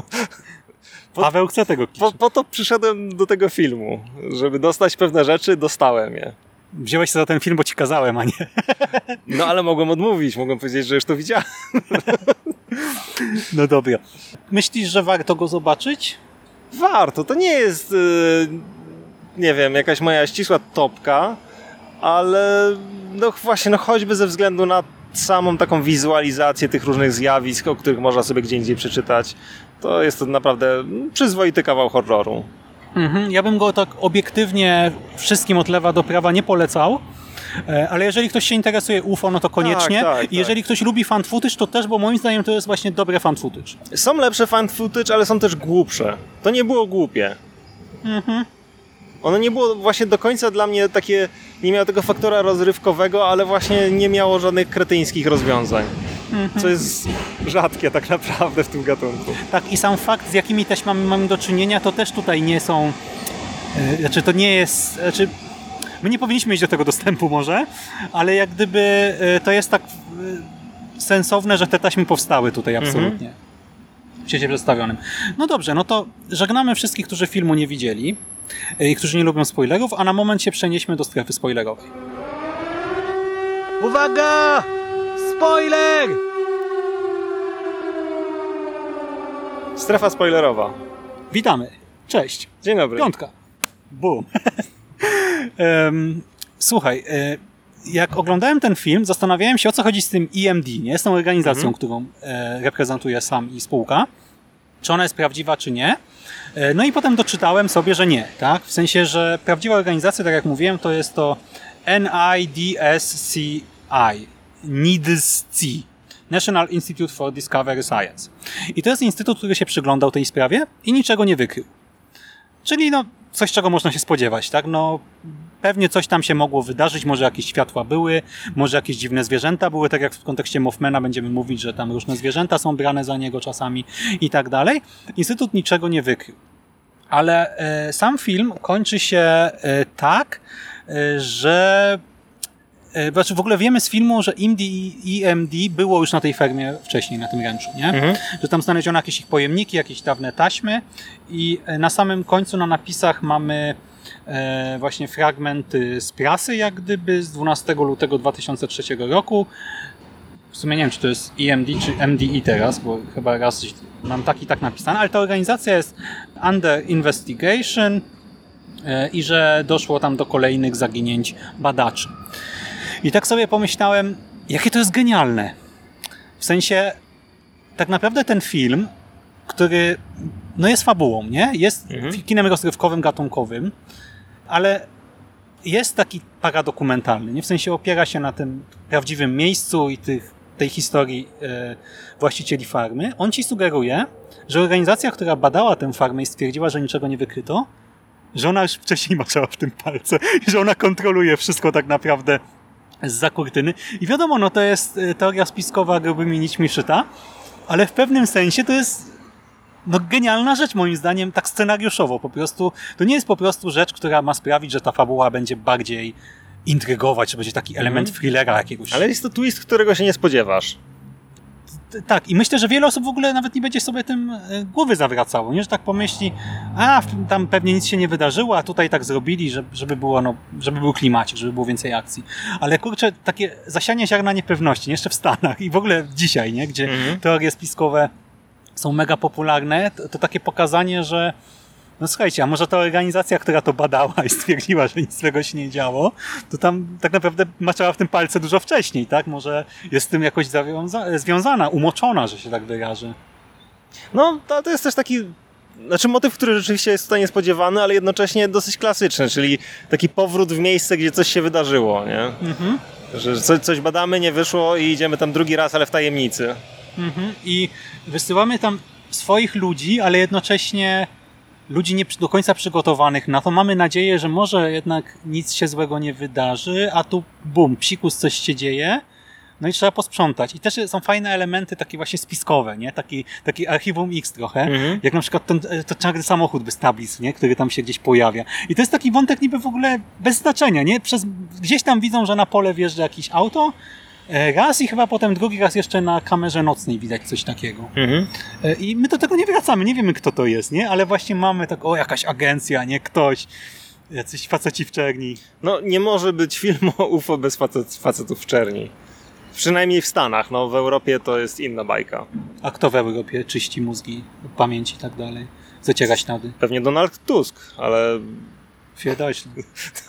Speaker 2: Po, Paweł chce tego kiczu.
Speaker 3: Po, po to przyszedłem do tego filmu. Żeby dostać pewne rzeczy, dostałem je.
Speaker 2: Wziąłeś się za ten film, bo ci kazałem, a nie.
Speaker 3: No ale mogłem odmówić, mogłem powiedzieć, że już to widziałem.
Speaker 2: No dobra. Myślisz, że warto go zobaczyć?
Speaker 3: Warto. To nie jest, yy, nie wiem, jakaś moja ścisła topka, ale no właśnie, no choćby ze względu na samą taką wizualizację tych różnych zjawisk, o których można sobie gdzie indziej przeczytać, to jest to naprawdę przyzwoity kawał horroru.
Speaker 2: Mhm. Ja bym go tak obiektywnie wszystkim od lewa do prawa nie polecał, ale jeżeli ktoś się interesuje U F O, no to koniecznie.
Speaker 3: Tak, tak,
Speaker 2: I jeżeli
Speaker 3: tak.
Speaker 2: ktoś lubi fan footage, to też, bo moim zdaniem to jest właśnie dobre fan footage.
Speaker 3: Są lepsze fan footage, ale są też głupsze. To nie było głupie. Mhm. Ono nie było właśnie do końca dla mnie takie, nie miało tego faktora rozrywkowego, ale właśnie nie miało żadnych kretyńskich rozwiązań. Mhm. Co jest rzadkie tak naprawdę w tym gatunku.
Speaker 2: Tak, i sam fakt, z jakimi taśmami mamy do czynienia, to też tutaj nie są... Yy, znaczy to nie jest... Znaczy, my nie powinniśmy mieć do tego dostępu może, ale jak gdyby yy, to jest tak yy, sensowne, że te taśmy powstały tutaj absolutnie. Mhm. W świecie przedstawionym. No dobrze, no to żegnamy wszystkich, którzy filmu nie widzieli i yy, którzy nie lubią spoilerów, a na moment się przenieśmy do strefy spoilerowej. Uwaga! Spoiler!
Speaker 3: Strefa spoilerowa.
Speaker 2: Witamy. Cześć.
Speaker 3: Dzień dobry.
Speaker 2: Piątka. Boom. um, słuchaj, jak oglądałem ten film, zastanawiałem się, o co chodzi z tym E M D, nie? Z tą organizacją, mhm. którą e, reprezentuję sam i spółka. Czy ona jest prawdziwa, czy nie? E, no i potem doczytałem sobie, że nie. Tak? W sensie, że prawdziwa organizacja, tak jak mówiłem, to jest to N I D S C I. N I D S C I. National Institute for Discovery Science. I to jest instytut, który się przyglądał tej sprawie i niczego nie wykrył. Czyli no, coś, czego można się spodziewać, tak? No, pewnie coś tam się mogło wydarzyć, może jakieś światła były, może jakieś dziwne zwierzęta były, tak jak w kontekście Mothmana będziemy mówić, że tam różne zwierzęta są brane za niego czasami i tak dalej. Instytut niczego nie wykrył. Ale e, sam film kończy się e, tak, e, że e, znaczy w ogóle wiemy z filmu, że E M D było już na tej fermie wcześniej, na tym ranczu, nie?
Speaker 3: Mhm.
Speaker 2: Że tam znaleziono jakieś ich pojemniki, jakieś dawne taśmy i e, na samym końcu na napisach mamy e, właśnie fragmenty z prasy, jak gdyby z dwunastego lutego dwa tysiące trzeciego roku. W sumie nie wiem, czy to jest E M D czy M D E teraz, bo chyba raz mam tak i tak napisane, ale ta organizacja jest under investigation i że doszło tam do kolejnych zaginięć badaczy. I tak sobie pomyślałem, jakie to jest genialne. W sensie, tak naprawdę ten film, który no jest fabułą, nie? Jest
Speaker 3: Mhm.
Speaker 2: kinem rozrywkowym, gatunkowym, ale jest taki paradokumentalny, nie? W sensie opiera się na tym prawdziwym miejscu i tych, tej historii e, właścicieli farmy. On ci sugeruje, że organizacja, która badała tę farmę i stwierdziła, że niczego nie wykryto, że ona już wcześniej maczała w tym palce i że ona kontroluje wszystko tak naprawdę zza kurtyny. I wiadomo, no to jest e, teoria spiskowa grubymi nićmi szyta, ale w pewnym sensie to jest no genialna rzecz moim zdaniem, tak scenariuszowo po prostu. To nie jest po prostu rzecz, która ma sprawić, że ta fabuła będzie bardziej intrygować, że będzie taki element
Speaker 3: Mhm.
Speaker 2: thrillera jakiegoś.
Speaker 3: Ale jest to twist, którego się nie spodziewasz.
Speaker 2: T- Tak, i myślę, że wiele osób w ogóle nawet nie będzie sobie tym e, głowy zawracało, nie? Że tak pomyśli, a w- tam pewnie nic się nie wydarzyło, a tutaj tak zrobili, żeby, żeby było, no, żeby był klimacik, żeby było więcej akcji. Ale kurczę, takie zasianie ziarna niepewności, nie? Jeszcze w Stanach i w ogóle dzisiaj, nie? Gdzie
Speaker 3: Mhm.
Speaker 2: teorie spiskowe są mega popularne, to, to takie pokazanie, że no słuchajcie, a może ta organizacja, która to badała i stwierdziła, że nic złego się nie działo, to tam tak naprawdę maczała w tym palce dużo wcześniej, tak? Może jest z tym jakoś zawiąza- związana, umoczona, że się tak wyrażę.
Speaker 3: No, to, to jest też taki... Znaczy motyw, który rzeczywiście jest tutaj niespodziewany, ale jednocześnie dosyć klasyczny, czyli taki powrót w miejsce, gdzie coś się wydarzyło, nie?
Speaker 2: Mhm.
Speaker 3: Że co, coś badamy, nie wyszło i idziemy tam drugi raz, ale w tajemnicy.
Speaker 2: Mhm. I wysyłamy tam swoich ludzi, ale jednocześnie ludzi nie przy- do końca przygotowanych na to. Mamy nadzieję, że może jednak nic się złego nie wydarzy, a tu bum, psikus, coś się dzieje. No i trzeba posprzątać. I też są fajne elementy takie właśnie spiskowe, nie? Taki, taki archiwum X trochę.
Speaker 3: Mhm.
Speaker 2: Jak na przykład ten, to czarny samochód bez tablic, nie? Który tam się gdzieś pojawia. I to jest taki wątek niby w ogóle bez znaczenia, nie? Przez, gdzieś tam widzą, że na pole wjeżdża jakieś auto, e, raz i chyba potem drugi raz jeszcze na kamerze nocnej widać coś takiego.
Speaker 3: Mhm.
Speaker 2: E, I my do tego nie wracamy, nie wiemy kto to jest, nie? Ale właśnie mamy tak, o jakaś agencja, nie? Ktoś, jacyś faceci w czerni.
Speaker 3: No, nie może być film o U F O bez facet, facetów w czerni. Przynajmniej w Stanach, no w Europie to jest inna bajka.
Speaker 2: A kto w Europie czyści mózgi, pamięć i tak dalej? Zaciera ślady.
Speaker 3: Pewnie Donald Tusk, ale
Speaker 2: Für Deutschland.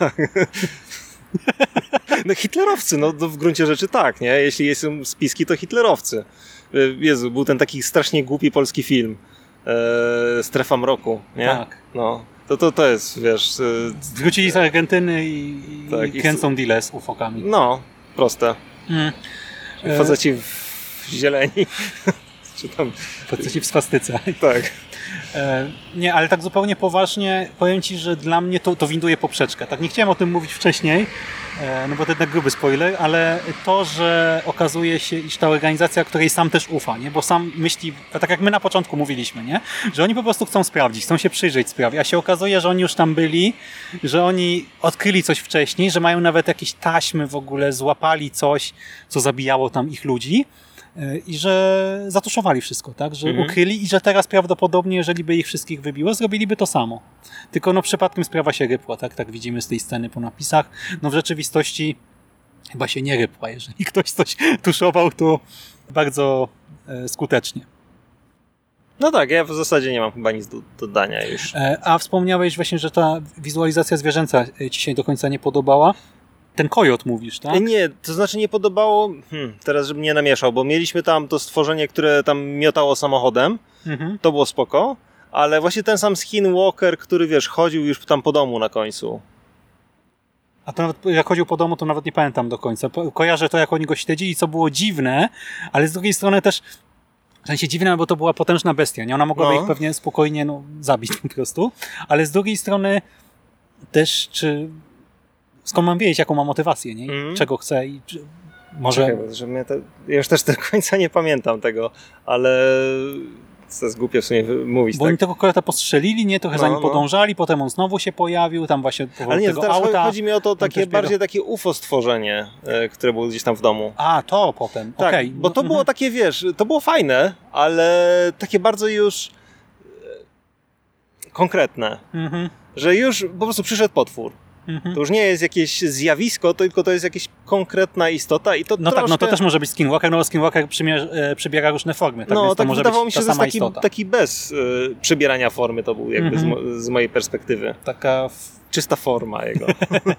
Speaker 3: no hitlerowcy, no to w gruncie rzeczy tak, nie? Jeśli są spiski, to hitlerowcy. Y, Jezu, był ten taki strasznie głupi polski film. E, Strefa mroku, nie?
Speaker 2: Tak.
Speaker 3: No, to, to, to jest, wiesz... y,
Speaker 2: Wrócili z Argentyny i, i
Speaker 3: Tak, i-
Speaker 2: kręcą deale z ufokami.
Speaker 3: No, proste.
Speaker 2: Mm. E,
Speaker 3: Faceci w zieleni. Czy tam...
Speaker 2: Faceci w swastyce.
Speaker 3: Tak.
Speaker 2: E, nie, ale tak zupełnie poważnie powiem Ci, że dla mnie to, to winduje poprzeczkę. Tak nie chciałem o tym mówić wcześniej, e, no bo to jednak gruby spoiler, ale to, że okazuje się, iż ta organizacja, której sam też ufa, nie? Bo sam myśli, tak jak my na początku mówiliśmy, nie? Że oni po prostu chcą sprawdzić, chcą się przyjrzeć sprawie, a się okazuje, że oni już tam byli, że oni odkryli coś wcześniej, że mają nawet jakieś taśmy w ogóle, złapali coś, co zabijało tam ich ludzi. I że zatuszowali wszystko, tak? Że
Speaker 3: Mhm.
Speaker 2: ukryli i że teraz prawdopodobnie, jeżeli by ich wszystkich wybiło, zrobiliby to samo. Tylko no przypadkiem sprawa się rypła, tak? Tak widzimy z tej sceny po napisach. No w rzeczywistości chyba się nie rypła. Jeżeli ktoś coś tuszował, to bardzo e, skutecznie.
Speaker 3: No tak, ja w zasadzie nie mam chyba nic do dodania już.
Speaker 2: E, a wspomniałeś właśnie, że ta wizualizacja zwierzęca e, ci się do końca nie podobała. Ten kojot mówisz, tak?
Speaker 3: Nie, to znaczy nie podobało, hmm, teraz żebym nie namieszał, bo mieliśmy tam to stworzenie, które tam miotało samochodem,
Speaker 2: Mhm.
Speaker 3: to było spoko, ale właśnie ten sam skinwalker, który wiesz, chodził już tam po domu na końcu.
Speaker 2: A to nawet jak chodził po domu, to nawet nie pamiętam do końca. Po- Kojarzę to, jak oni go śledzili, co było dziwne, ale z drugiej strony też w sensie dziwne, bo to była potężna bestia, nie? Ona mogłaby
Speaker 3: No.
Speaker 2: ich pewnie spokojnie no, zabić po prostu, ale z drugiej strony też czy skąd mam wiedzieć, jaką ma motywację, nie? I
Speaker 3: Mhm.
Speaker 2: czego chce i czy, może...
Speaker 3: Czekaj, bo że mnie to, ja już też do końca nie pamiętam tego, ale To jest głupio w sumie mówić.
Speaker 2: Bo
Speaker 3: tak.
Speaker 2: oni tego koleta postrzelili, nie? Trochę
Speaker 3: No,
Speaker 2: za nim
Speaker 3: no.
Speaker 2: podążali, potem on znowu się pojawił, tam właśnie powrót
Speaker 3: Ale nie,
Speaker 2: tego
Speaker 3: teraz
Speaker 2: auta.
Speaker 3: chodzi mi o to
Speaker 2: On
Speaker 3: takie
Speaker 2: też biegał.
Speaker 3: bardziej takie U F O stworzenie, e, które było gdzieś tam w domu.
Speaker 2: A, to potem,
Speaker 3: Tak,
Speaker 2: okej.
Speaker 3: bo to
Speaker 2: No,
Speaker 3: było
Speaker 2: mhm.
Speaker 3: takie, wiesz, to było fajne, ale takie bardzo już e, konkretne.
Speaker 2: Mhm,
Speaker 3: Że już po prostu przyszedł potwór.
Speaker 2: mhm.
Speaker 3: To już nie jest jakieś zjawisko, tylko to jest jakaś konkretna istota i to
Speaker 2: No
Speaker 3: troszkę...
Speaker 2: tak, no to też może być Skinwalker, no bo Skinwalker przymierz- e, przybiera różne formy, tak
Speaker 3: No,
Speaker 2: więc to
Speaker 3: tak
Speaker 2: może
Speaker 3: wydawało
Speaker 2: być
Speaker 3: mi się,
Speaker 2: ta
Speaker 3: że to jest
Speaker 2: sama
Speaker 3: taki,
Speaker 2: istota.
Speaker 3: taki bez y, przybierania formy, to był jakby
Speaker 2: Mhm.
Speaker 3: z, mo- z mojej perspektywy.
Speaker 2: Taka... w-
Speaker 3: Czysta forma jego.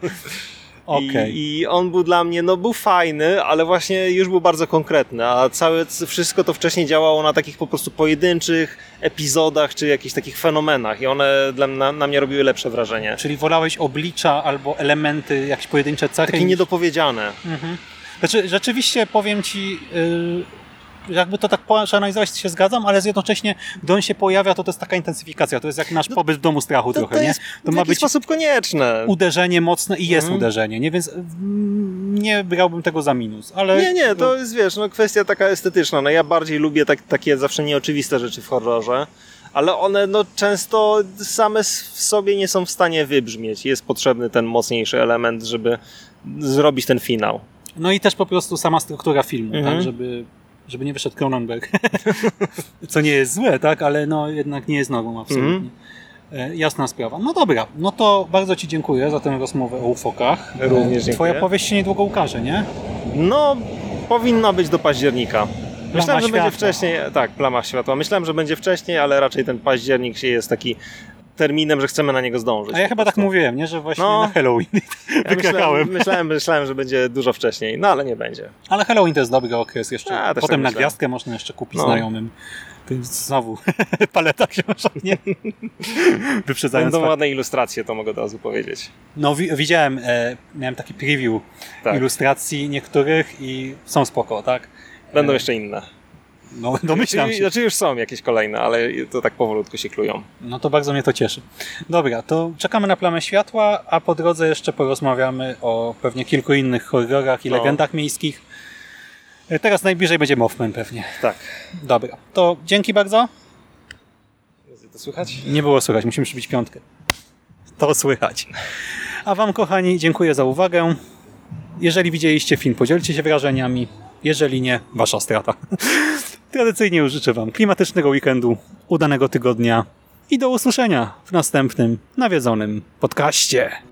Speaker 2: Okej.
Speaker 3: I, I on był dla mnie, no był fajny, ale właśnie już był bardzo konkretny, a całe wszystko to wcześniej działało na takich po prostu pojedynczych epizodach, czy jakichś takich fenomenach i one dla, na, na mnie robiły lepsze wrażenie.
Speaker 2: Czyli wolałeś oblicza albo elementy, jakieś pojedyncze cechy?
Speaker 3: Takie
Speaker 2: niż-
Speaker 3: niedopowiedziane.
Speaker 2: Mhm. Znaczy, rzeczywiście powiem ci, yy, jakby to tak przeanalizować się zgadzam, ale jednocześnie gdy on się pojawia, to to jest taka intensyfikacja, to jest jak nasz pobyt w domu strachu
Speaker 3: To,
Speaker 2: trochę,
Speaker 3: to
Speaker 2: nie?
Speaker 3: jest
Speaker 2: To
Speaker 3: w
Speaker 2: ma
Speaker 3: jakiś
Speaker 2: być
Speaker 3: sposób konieczne.
Speaker 2: uderzenie mocne i jest
Speaker 3: Mhm.
Speaker 2: uderzenie, nie? Więc mm, nie brałbym tego za minus, ale...
Speaker 3: Nie, nie, to jest, wiesz, no kwestia taka estetyczna. No ja bardziej lubię tak, takie zawsze nieoczywiste rzeczy w horrorze, ale one no często same s- w sobie nie są w stanie wybrzmieć. Jest potrzebny ten mocniejszy element, żeby zrobić ten finał.
Speaker 2: No i też po prostu sama struktura filmu,
Speaker 3: Mhm.
Speaker 2: tak? Żeby, żeby nie wyszedł Cronenberg. Co nie jest złe, tak? Ale no jednak nie jest normą absolutnie.
Speaker 3: Mhm.
Speaker 2: E, Jasna sprawa. No dobra, no to bardzo ci dziękuję za tę rozmowę o ufokach. E,
Speaker 3: Również dziękuję.
Speaker 2: Twoja powieść się niedługo ukaże, nie?
Speaker 3: No, powinna być do października. Myślałem, że będzie
Speaker 2: światła.
Speaker 3: wcześniej, tak, plama światła. Myślałem, że będzie wcześniej, ale raczej ten październik się jest taki terminem, że chcemy na niego zdążyć.
Speaker 2: A ja
Speaker 3: po
Speaker 2: chyba tak
Speaker 3: prostu.
Speaker 2: mówiłem, nie? Że właśnie
Speaker 3: No.
Speaker 2: na Halloween
Speaker 3: Ja myślałem,
Speaker 2: wykrakałem.
Speaker 3: myślałem, myślałem, że będzie dużo wcześniej, no ale nie będzie.
Speaker 2: Ale Halloween to jest dobry okres jeszcze.
Speaker 3: A, też
Speaker 2: Potem
Speaker 3: tak
Speaker 2: na
Speaker 3: myślę.
Speaker 2: gwiazdkę można jeszcze kupić
Speaker 3: No.
Speaker 2: znajomym. To jest znowu paleta książek, nie? Wyprzedzając
Speaker 3: Będą
Speaker 2: fakt.
Speaker 3: ładne ilustracje, to mogę od razu powiedzieć.
Speaker 2: No wi- widziałem, e, miałem taki preview
Speaker 3: Tak.
Speaker 2: ilustracji niektórych i są spoko, tak?
Speaker 3: Będą
Speaker 2: E,
Speaker 3: jeszcze inne.
Speaker 2: No domyślam
Speaker 3: znaczy,
Speaker 2: się.
Speaker 3: znaczy już są jakieś kolejne, ale to tak powolutku się klują.
Speaker 2: No to bardzo mnie to cieszy. Dobra, to czekamy na plamę światła, a po drodze jeszcze porozmawiamy o pewnie kilku innych horrorach i
Speaker 3: No.
Speaker 2: legendach miejskich. E, Teraz najbliżej będzie Mothman pewnie.
Speaker 3: Tak.
Speaker 2: Dobra, to dzięki bardzo.
Speaker 3: To słychać?
Speaker 2: Nie było słychać, musimy przybić piątkę. To słychać. A wam, kochani, dziękuję za uwagę. Jeżeli widzieliście film, podzielcie się wrażeniami. Jeżeli nie, wasza strata. Tradycyjnie już życzę wam klimatycznego weekendu, udanego tygodnia i do usłyszenia w następnym nawiedzonym podcaście.